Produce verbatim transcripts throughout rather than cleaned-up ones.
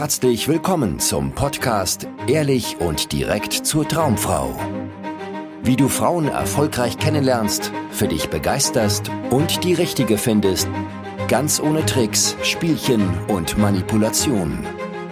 Herzlich willkommen zum Podcast Ehrlich und direkt zur Traumfrau. Wie du Frauen erfolgreich kennenlernst, für dich begeisterst und die richtige findest, ganz ohne Tricks, Spielchen und Manipulation.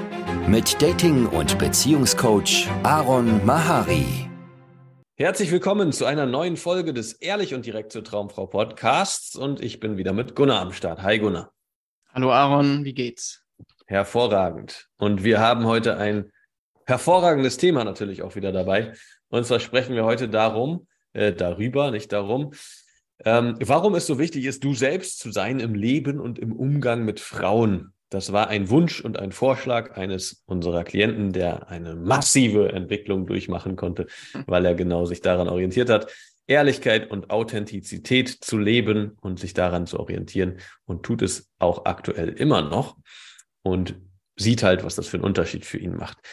Mit Dating- und Beziehungscoach Aaron Mahari. Herzlich willkommen zu einer neuen Folge des Ehrlich und direkt zur Traumfrau Podcasts und ich bin wieder mit Gunnar am Start. Hi Gunnar. Hallo Aaron, wie geht's? Hervorragend. Und wir haben heute ein hervorragendes Thema natürlich auch wieder dabei. Und zwar sprechen wir heute darum, äh, darüber, nicht darum, ähm, warum es so wichtig ist, du selbst zu sein im Leben und im Umgang mit Frauen. Das war ein Wunsch und ein Vorschlag eines unserer Klienten, der eine massive Entwicklung durchmachen konnte, weil er genau sich daran orientiert hat, Ehrlichkeit und Authentizität zu leben und sich daran zu orientieren und tut es auch aktuell immer noch. Und sieht halt, was das für einen Unterschied für ihn macht.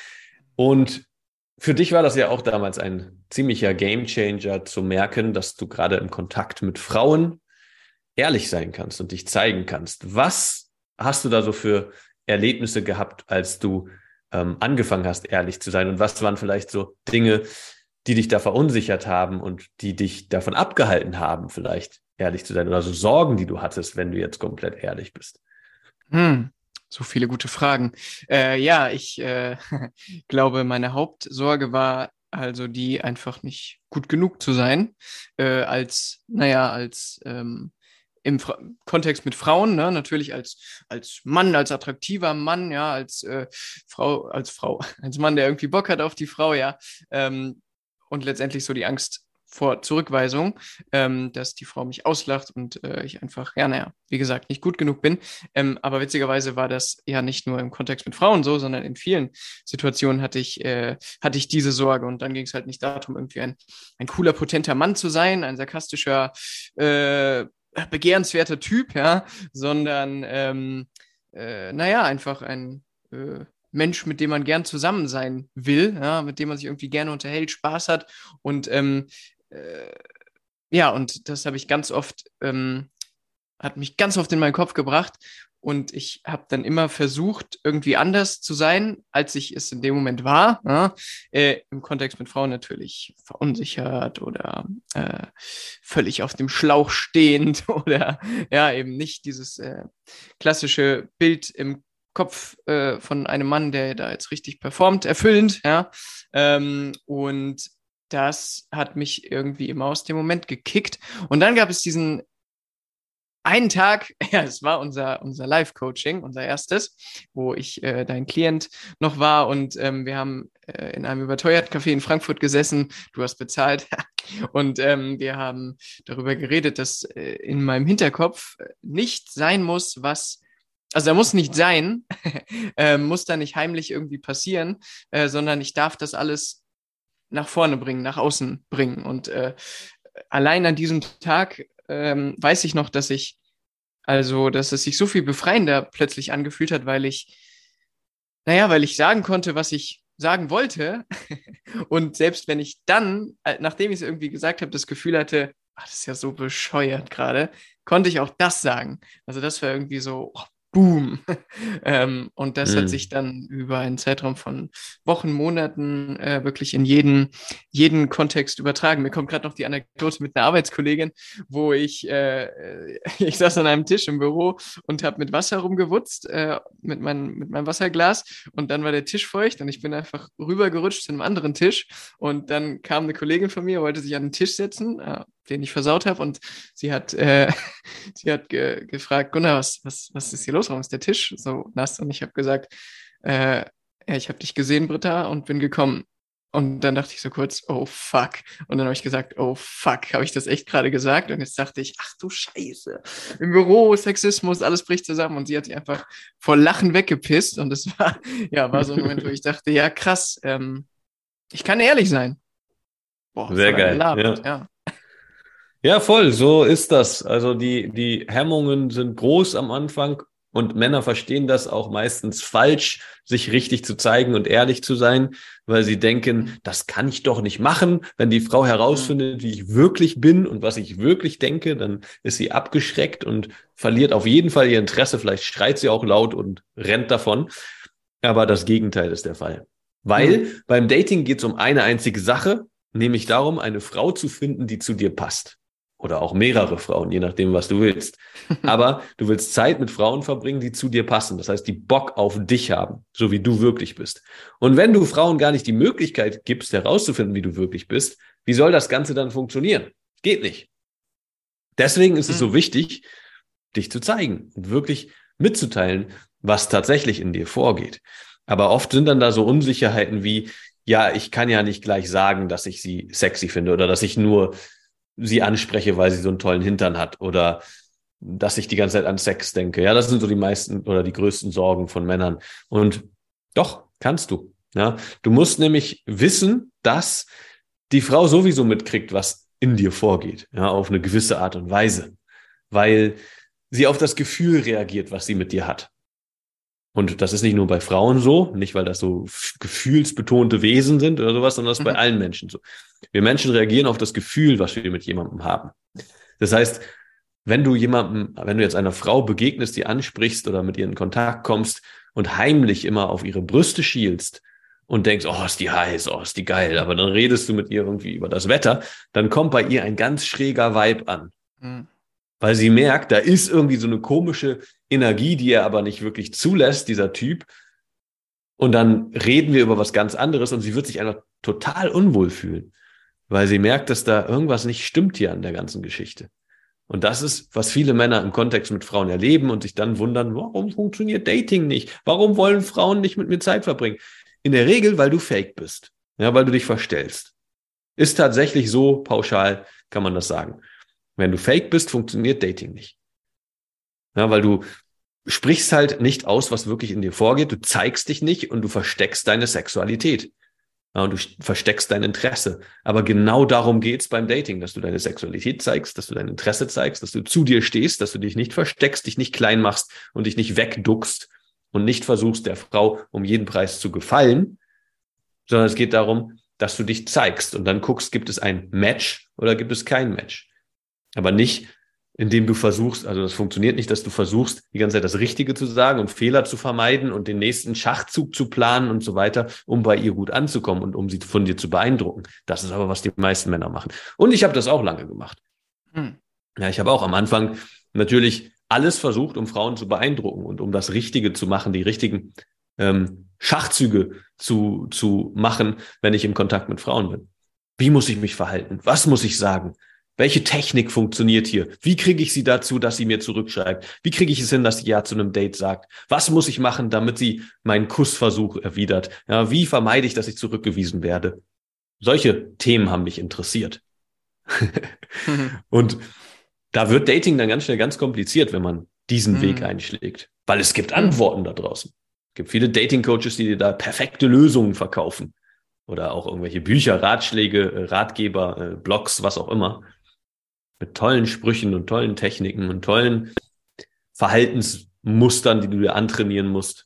Und für dich war das ja auch damals ein ziemlicher Gamechanger zu merken, dass du gerade im Kontakt mit Frauen ehrlich sein kannst und dich zeigen kannst. Was hast du da so für Erlebnisse gehabt, als du ähm, angefangen hast, ehrlich zu sein? Und was waren vielleicht so Dinge, die dich da verunsichert haben und die dich davon abgehalten haben, vielleicht ehrlich zu sein? Oder so Sorgen, die du hattest, wenn du jetzt komplett ehrlich bist? Hm. So viele gute Fragen. Äh, ja, ich äh, glaube, meine Hauptsorge war also die, einfach nicht gut genug zu sein, äh, als, naja, als ähm, im Fra- Kontext mit Frauen, ne? Natürlich als, als Mann, als attraktiver Mann, ja, als äh, Frau, als Frau, als Mann, der irgendwie Bock hat auf die Frau, ja. Ähm, und letztendlich so die Angst vor Zurückweisung, ähm, dass die Frau mich auslacht und äh, ich einfach, ja, naja, wie gesagt, nicht gut genug bin. Ähm, aber witzigerweise war das ja nicht nur im Kontext mit Frauen so, sondern in vielen Situationen hatte ich, äh, hatte ich diese Sorge. Und dann ging es halt nicht darum, irgendwie ein, ein cooler, potenter Mann zu sein, ein sarkastischer, äh, begehrenswerter Typ, ja, sondern, ähm, äh, naja, einfach ein äh, Mensch, mit dem man gern zusammen sein will, ja, mit dem man sich irgendwie gerne unterhält, Spaß hat und ähm, äh, ja, und das habe ich ganz oft, ähm, hat mich ganz oft in meinen Kopf gebracht und ich habe dann immer versucht, irgendwie anders zu sein, als ich es in dem Moment war. Ja? Äh, Im Kontext mit Frauen natürlich verunsichert oder äh, völlig auf dem Schlauch stehend oder ja, eben nicht dieses äh, klassische Bild im Kopf äh, von einem Mann, der da jetzt richtig performt, erfüllend, ja. Ähm, und das hat mich irgendwie immer aus dem Moment gekickt. Und dann gab es diesen einen Tag, ja, es war unser, unser Live-Coaching, unser erstes, wo ich äh, dein Klient noch war und ähm, wir haben äh, in einem überteuerten Café in Frankfurt gesessen, du hast bezahlt und ähm, wir haben darüber geredet, dass äh, in meinem Hinterkopf nicht sein muss, was Also da muss nicht sein, äh, muss da nicht heimlich irgendwie passieren, äh, sondern ich darf das alles nach vorne bringen, nach außen bringen. Und äh, allein an diesem Tag ähm, weiß ich noch, dass ich, also, dass es sich so viel befreiender plötzlich angefühlt hat, weil ich, naja, weil ich sagen konnte, was ich sagen wollte. Und selbst wenn ich dann, äh, nachdem ich es irgendwie gesagt habe, das Gefühl hatte, ach, das ist ja so bescheuert gerade, konnte ich auch das sagen. Also das war irgendwie so, oh, boom. ähm, und das hat Mhm. sich dann über einen Zeitraum von Wochen, Monaten äh, wirklich in jeden, jeden Kontext übertragen. Mir kommt gerade noch die Anekdote mit einer Arbeitskollegin, wo ich, äh, ich saß an einem Tisch im Büro und habe mit Wasser rumgewutzt, äh, mit, mein, mit meinem Wasserglas und dann war der Tisch feucht und ich bin einfach rübergerutscht zu einem anderen Tisch und dann kam eine Kollegin von mir, wollte sich an den Tisch setzen, äh, den ich versaut habe und sie hat, äh, sie hat ge- gefragt, Gunnar, was, was, was ist hier los? Warum ist der Tisch so nass? Und ich habe gesagt, äh, ja, ich habe dich gesehen, Britta, und bin gekommen. Und dann dachte ich so kurz, oh fuck. Und dann habe ich gesagt, oh fuck, habe ich das echt gerade gesagt? Und jetzt dachte ich, ach du Scheiße, im Büro, Sexismus, alles bricht zusammen. Und sie hat sich einfach vor Lachen weggepisst. Und das war, ja, war so ein Moment, wo ich dachte, ja krass, ähm, ich kann ehrlich sein. Boah, Sehr voll ein geil. gelabert, Ja. ja. Ja, voll, so ist das. Also die, die Hemmungen sind groß am Anfang und Männer verstehen das auch meistens falsch, sich richtig zu zeigen und ehrlich zu sein, weil sie denken, das kann ich doch nicht machen. Wenn die Frau herausfindet, wie ich wirklich bin und was ich wirklich denke, dann ist sie abgeschreckt und verliert auf jeden Fall ihr Interesse. Vielleicht schreit sie auch laut und rennt davon. aber das Gegenteil ist der Fall. Weil Mhm. beim Dating geht es um eine einzige Sache, nämlich darum, eine Frau zu finden, die zu dir passt. Oder auch mehrere Frauen, je nachdem, was du willst. Aber du willst Zeit mit Frauen verbringen, die zu dir passen. Das heißt, die Bock auf dich haben, so wie du wirklich bist. Und wenn du Frauen gar nicht die Möglichkeit gibst, herauszufinden, wie du wirklich bist, wie soll das Ganze dann funktionieren? Geht nicht. Deswegen ist es so Mhm. wichtig, dich zu zeigen und wirklich mitzuteilen, was tatsächlich in dir vorgeht. Aber oft sind dann da so Unsicherheiten wie, ja, ich kann ja nicht gleich sagen, dass ich sie sexy finde oder dass ich nur sie anspreche, weil sie so einen tollen Hintern hat oder dass ich die ganze Zeit an Sex denke. Ja, das sind so die meisten oder die größten Sorgen von Männern. Und doch, kannst du. Ja, du musst nämlich wissen, dass die Frau sowieso mitkriegt, was in dir vorgeht, ja, auf eine gewisse Art und Weise, weil sie auf das Gefühl reagiert, was sie mit dir hat. Und das ist nicht nur bei Frauen so, nicht weil das so gefühlsbetonte Wesen sind oder sowas, sondern das ist bei Mhm. allen Menschen so. Wir Menschen reagieren auf das Gefühl, was wir mit jemandem haben. Das heißt, wenn du jemandem, wenn du jetzt einer Frau begegnest, die ansprichst oder mit ihr in Kontakt kommst und heimlich immer auf ihre Brüste schielst und denkst, oh, ist die heiß, oh, ist die geil, aber dann redest du mit ihr irgendwie über das Wetter, dann kommt bei ihr ein ganz schräger Vibe an. Mhm. Weil sie merkt, da ist irgendwie so eine komische Energie, die er aber nicht wirklich zulässt, dieser Typ. Und dann reden wir über was ganz anderes und sie wird sich einfach total unwohl fühlen, weil sie merkt, dass da irgendwas nicht stimmt hier an der ganzen Geschichte. Und das ist, was viele Männer im Kontext mit Frauen erleben und sich dann wundern, warum funktioniert Dating nicht? Warum wollen Frauen nicht mit mir Zeit verbringen? In der Regel, weil du fake bist, ja, weil du dich verstellst. Ist tatsächlich so pauschal, kann man das sagen. Wenn du fake bist, funktioniert Dating nicht. Ja, weil du sprichst halt nicht aus, was wirklich in dir vorgeht. Du zeigst dich nicht und du versteckst deine Sexualität. Ja, und du versteckst dein Interesse. Aber genau darum geht's beim Dating, dass du deine Sexualität zeigst, dass du dein Interesse zeigst, dass du zu dir stehst, dass du dich nicht versteckst, dich nicht klein machst und dich nicht wegduckst und nicht versuchst, der Frau um jeden Preis zu gefallen, sondern es geht darum, dass du dich zeigst und dann guckst, gibt es ein Match oder gibt es kein Match. Aber nicht, indem du versuchst, also das funktioniert nicht, dass du versuchst, die ganze Zeit das Richtige zu sagen und Fehler zu vermeiden und den nächsten Schachzug zu planen und so weiter, um bei ihr gut anzukommen und um sie von dir zu beeindrucken. Das ist aber, was die meisten Männer machen. Und ich habe das auch lange gemacht. Mhm. Ja, ich habe auch am Anfang natürlich alles versucht, um Frauen zu beeindrucken und um das Richtige zu machen, die richtigen ähm, Schachzüge zu, zu machen, wenn ich im Kontakt mit Frauen bin. Wie muss ich mich verhalten? Was muss ich sagen? Welche Technik funktioniert hier? Wie kriege ich sie dazu, dass sie mir zurückschreibt? Wie kriege ich es hin, dass sie ja zu einem Date sagt? Was muss ich machen, damit sie meinen Kussversuch erwidert? Ja, wie vermeide ich, dass ich zurückgewiesen werde? Solche Themen haben mich interessiert. Mhm. Und da wird Dating dann ganz schnell ganz kompliziert, wenn man diesen Mhm. Weg einschlägt. Weil es gibt Mhm. Antworten da draußen. Es gibt viele Dating-Coaches, die dir da perfekte Lösungen verkaufen. Oder auch irgendwelche Bücher, Ratschläge, Ratgeber, Blogs, was auch immer. Mit tollen Sprüchen und tollen Techniken und tollen Verhaltensmustern, die du dir antrainieren musst.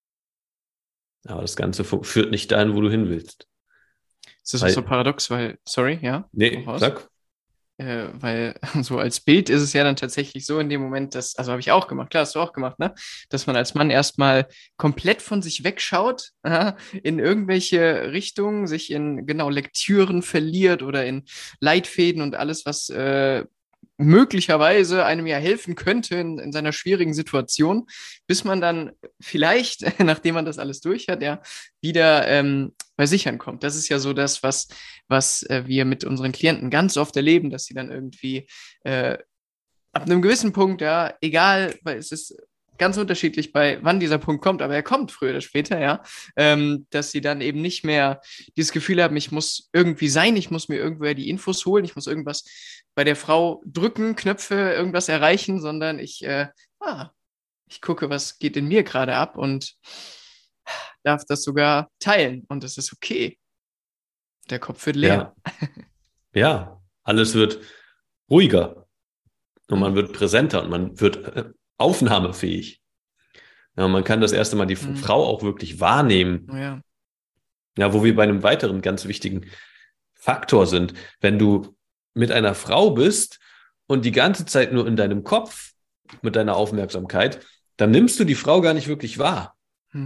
Aber das Ganze führt nicht dahin, wo du hin willst. Es ist auch Weil, so paradox, weil, sorry, ja, nee, hau raus. sag. Äh, weil so als Bild ist es ja dann tatsächlich so in dem Moment, dass, also habe ich auch gemacht, klar, hast du auch gemacht, ne? Dass man als Mann erstmal komplett von sich wegschaut, aha, in irgendwelche Richtungen, sich in genau Lektüren verliert oder in Leitfäden und alles, was äh, möglicherweise einem ja helfen könnte in, in seiner schwierigen Situation, bis man dann vielleicht, nachdem man das alles durch hat, ja, wieder ähm, bei sich ankommt. Das ist ja so das, was, was äh, wir mit unseren Klienten ganz oft erleben, dass sie dann irgendwie äh, ab einem gewissen Punkt, ja, egal, weil es ist ganz unterschiedlich, bei wann dieser Punkt kommt, aber er kommt früher oder später, ja, ähm, dass sie dann eben nicht mehr dieses Gefühl haben, ich muss irgendwie sein, ich muss mir irgendwoher die Infos holen, ich muss irgendwas bei der Frau drücken, Knöpfe, irgendwas erreichen, sondern ich, äh, ah, ich gucke, was geht in mir gerade ab und darf das sogar teilen und es ist okay. Der Kopf wird leer. Ja, ja, alles wird ruhiger und man Mhm. wird präsenter und man wird äh, aufnahmefähig. Ja, man kann das erste Mal die Mhm. Frau auch wirklich wahrnehmen. Oh ja. Ja, wo wir bei einem weiteren ganz wichtigen Faktor sind. Wenn du mit einer Frau bist und die ganze Zeit nur in deinem Kopf mit deiner Aufmerksamkeit, dann nimmst du die Frau gar nicht wirklich wahr. Hm.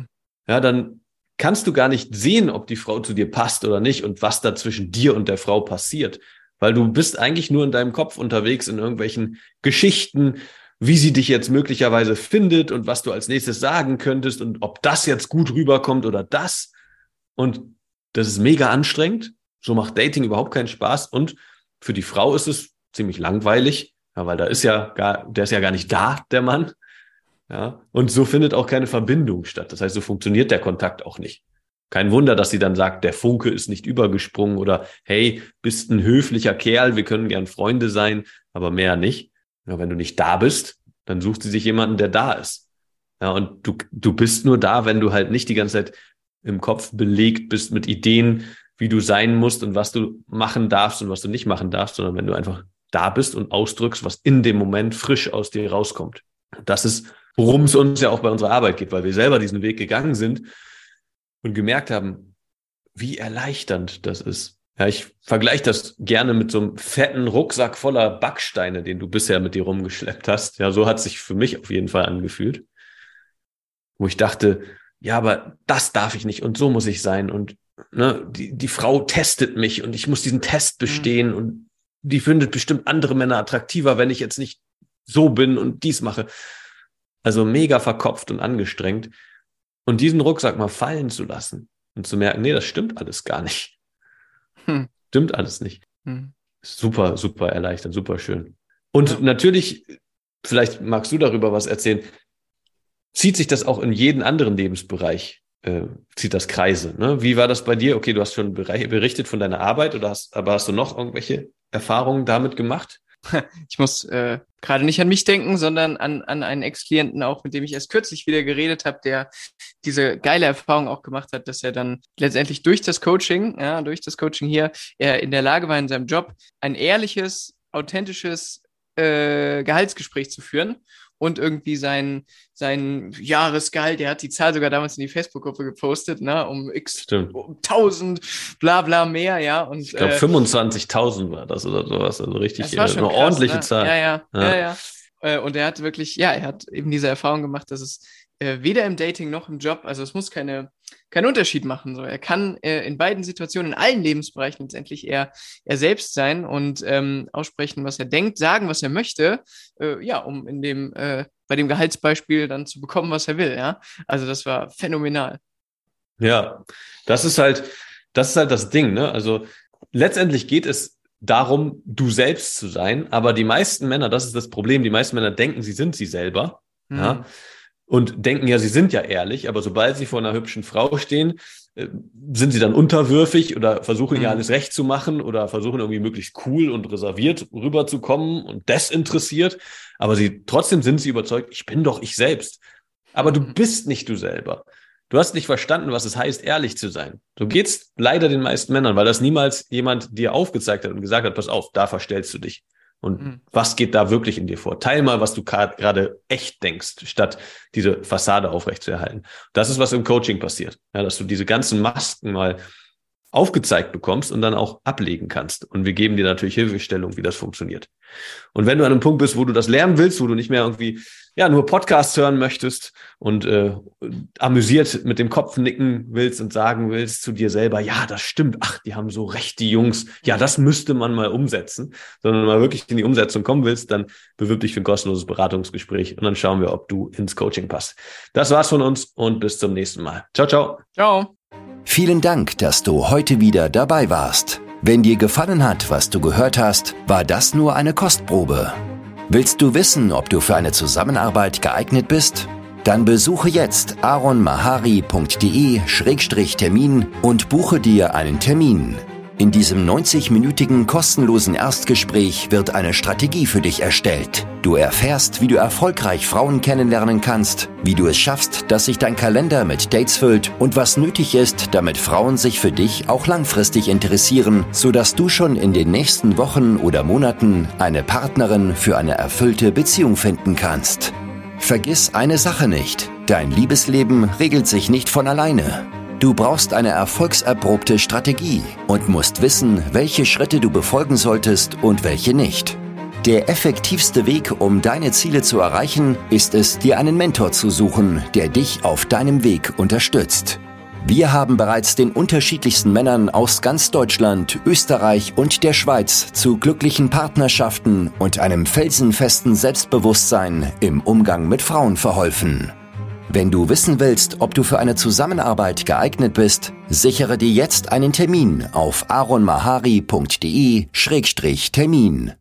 ja, dann kannst du gar nicht sehen, ob die Frau zu dir passt oder nicht und was da zwischen dir und der Frau passiert. Weil du bist eigentlich nur in deinem Kopf unterwegs in irgendwelchen Geschichten, wie sie dich jetzt möglicherweise findet und was du als nächstes sagen könntest und ob das jetzt gut rüberkommt oder das. Und das ist mega anstrengend. So macht Dating überhaupt keinen Spaß. Und für die Frau ist es ziemlich langweilig, ja, weil da ist ja gar, der ist ja gar nicht da, der Mann. Ja, und so findet auch keine Verbindung statt. Das heißt, so funktioniert der Kontakt auch nicht. Kein Wunder, dass sie dann sagt, der Funke ist nicht übergesprungen oder hey, bist ein höflicher Kerl, wir können gern Freunde sein, aber mehr nicht. Ja, wenn du nicht da bist, dann sucht sie sich jemanden, der da ist. Ja, und du, du bist nur da, wenn du halt nicht die ganze Zeit im Kopf belegt bist mit Ideen, wie du sein musst und was du machen darfst und was du nicht machen darfst, sondern wenn du einfach da bist und ausdrückst, was in dem Moment frisch aus dir rauskommt. Das ist, worum es uns ja auch bei unserer Arbeit geht, weil wir selber diesen Weg gegangen sind und gemerkt haben, wie erleichternd das ist. Ja, ich vergleiche das gerne mit so einem fetten Rucksack voller Backsteine, den du bisher mit dir rumgeschleppt hast. Ja, so hat es sich für mich auf jeden Fall angefühlt. Wo ich dachte, ja, aber das darf ich nicht und so muss ich sein und ne, die, die Frau testet mich und ich muss diesen Test bestehen mhm. und die findet bestimmt andere Männer attraktiver, wenn ich jetzt nicht so bin und dies mache. Also mega verkopft und angestrengt. Und diesen Rucksack mal fallen zu lassen und zu merken, nee, das stimmt alles gar nicht. Hm. Stimmt alles nicht. Hm. Super, super erleichternd, super schön. Und ja. natürlich, vielleicht magst du darüber was erzählen, zieht sich das auch in jeden anderen Lebensbereich, äh, zieht das Kreise. Ne? Wie war das bei dir? Okay, du hast schon berichtet von deiner Arbeit, oder hast, aber hast du noch irgendwelche Erfahrungen damit gemacht? Ich muss äh, gerade nicht an mich denken, sondern an, an einen Ex-Klienten auch, mit dem ich erst kürzlich wieder geredet habe, der diese geile Erfahrung auch gemacht hat, dass er dann letztendlich durch das Coaching, ja, durch das Coaching hier, er in der Lage war, in seinem Job ein ehrliches, authentisches äh, Gehaltsgespräch zu führen und irgendwie sein, sein Jahresgehalt, der hat die Zahl sogar damals in die Facebook-Gruppe gepostet, ne, um x, Stimmt. um tausend, bla bla mehr, ja. Und, ich glaube, äh, fünfundzwanzigtausend war das oder sowas, also richtig das war schon eine krass, ordentliche ne? Zahl. Ja, ja, ja, ja. ja. Und er hat wirklich, ja, er hat eben diese Erfahrung gemacht, dass es äh, weder im Dating noch im Job, also es muss keine, keinen Unterschied machen. So. Er kann äh, in beiden Situationen, in allen Lebensbereichen letztendlich er, er selbst sein und ähm, aussprechen, was er denkt, sagen, was er möchte, äh, ja, um in dem, äh, bei dem Gehaltsbeispiel dann zu bekommen, was er will, ja. Also das war phänomenal. Ja, das ist halt, das ist halt das Ding, ne? Also letztendlich geht es darum, du selbst zu sein, aber die meisten Männer, das ist das Problem, die meisten Männer denken, sie sind sie selber, mhm. ja, und denken ja, sie sind ja ehrlich, aber sobald sie vor einer hübschen Frau stehen, äh, sind sie dann unterwürfig oder versuchen mhm. ihr alles recht zu machen oder versuchen irgendwie möglichst cool und reserviert rüberzukommen und desinteressiert, aber sie trotzdem sind sie überzeugt, ich bin doch ich selbst. Aber du bist nicht du selber. Du hast nicht verstanden, was es heißt, ehrlich zu sein. So geht's leider den meisten Männern, weil das niemals jemand dir aufgezeigt hat und gesagt hat, pass auf, da verstellst du dich. Und mhm. was geht da wirklich in dir vor? Teil mal, was du gerade echt denkst, statt diese Fassade aufrechtzuerhalten. Das ist, was im Coaching passiert. Ja, dass du diese ganzen Masken mal aufgezeigt bekommst und dann auch ablegen kannst. Und wir geben dir natürlich Hilfestellung, wie das funktioniert. Und wenn du an einem Punkt bist, wo du das lernen willst, wo du nicht mehr irgendwie ja nur Podcasts hören möchtest und äh, amüsiert mit dem Kopf nicken willst und sagen willst zu dir selber, ja, das stimmt, ach, die haben so recht, die Jungs, ja, das müsste man mal umsetzen, sondern mal wirklich in die Umsetzung kommen willst, dann bewirb dich für ein kostenloses Beratungsgespräch und dann schauen wir, ob du ins Coaching passt. Das war's von uns und bis zum nächsten Mal. Ciao, ciao. Ciao. Vielen Dank, dass du heute wieder dabei warst. Wenn dir gefallen hat, was du gehört hast, war das nur eine Kostprobe. Willst du wissen, ob du für eine Zusammenarbeit geeignet bist? Dann besuche jetzt aronmahari punkt de Schrägstrich Termin und buche dir einen Termin. In diesem neunzig-minütigen kostenlosen Erstgespräch wird eine Strategie für dich erstellt. Du erfährst, wie du erfolgreich Frauen kennenlernen kannst, wie du es schaffst, dass sich dein Kalender mit Dates füllt und was nötig ist, damit Frauen sich für dich auch langfristig interessieren, sodass du schon in den nächsten Wochen oder Monaten eine Partnerin für eine erfüllte Beziehung finden kannst. Vergiss eine Sache nicht: Dein Liebesleben regelt sich nicht von alleine. Du brauchst eine erfolgserprobte Strategie und musst wissen, welche Schritte du befolgen solltest und welche nicht. Der effektivste Weg, um deine Ziele zu erreichen, ist es, dir einen Mentor zu suchen, der dich auf deinem Weg unterstützt. Wir haben bereits den unterschiedlichsten Männern aus ganz Deutschland, Österreich und der Schweiz zu glücklichen Partnerschaften und einem felsenfesten Selbstbewusstsein im Umgang mit Frauen verholfen. Wenn du wissen willst, ob du für eine Zusammenarbeit geeignet bist, sichere dir jetzt einen Termin auf aaronmahari punkt de Schrägstrich Termin.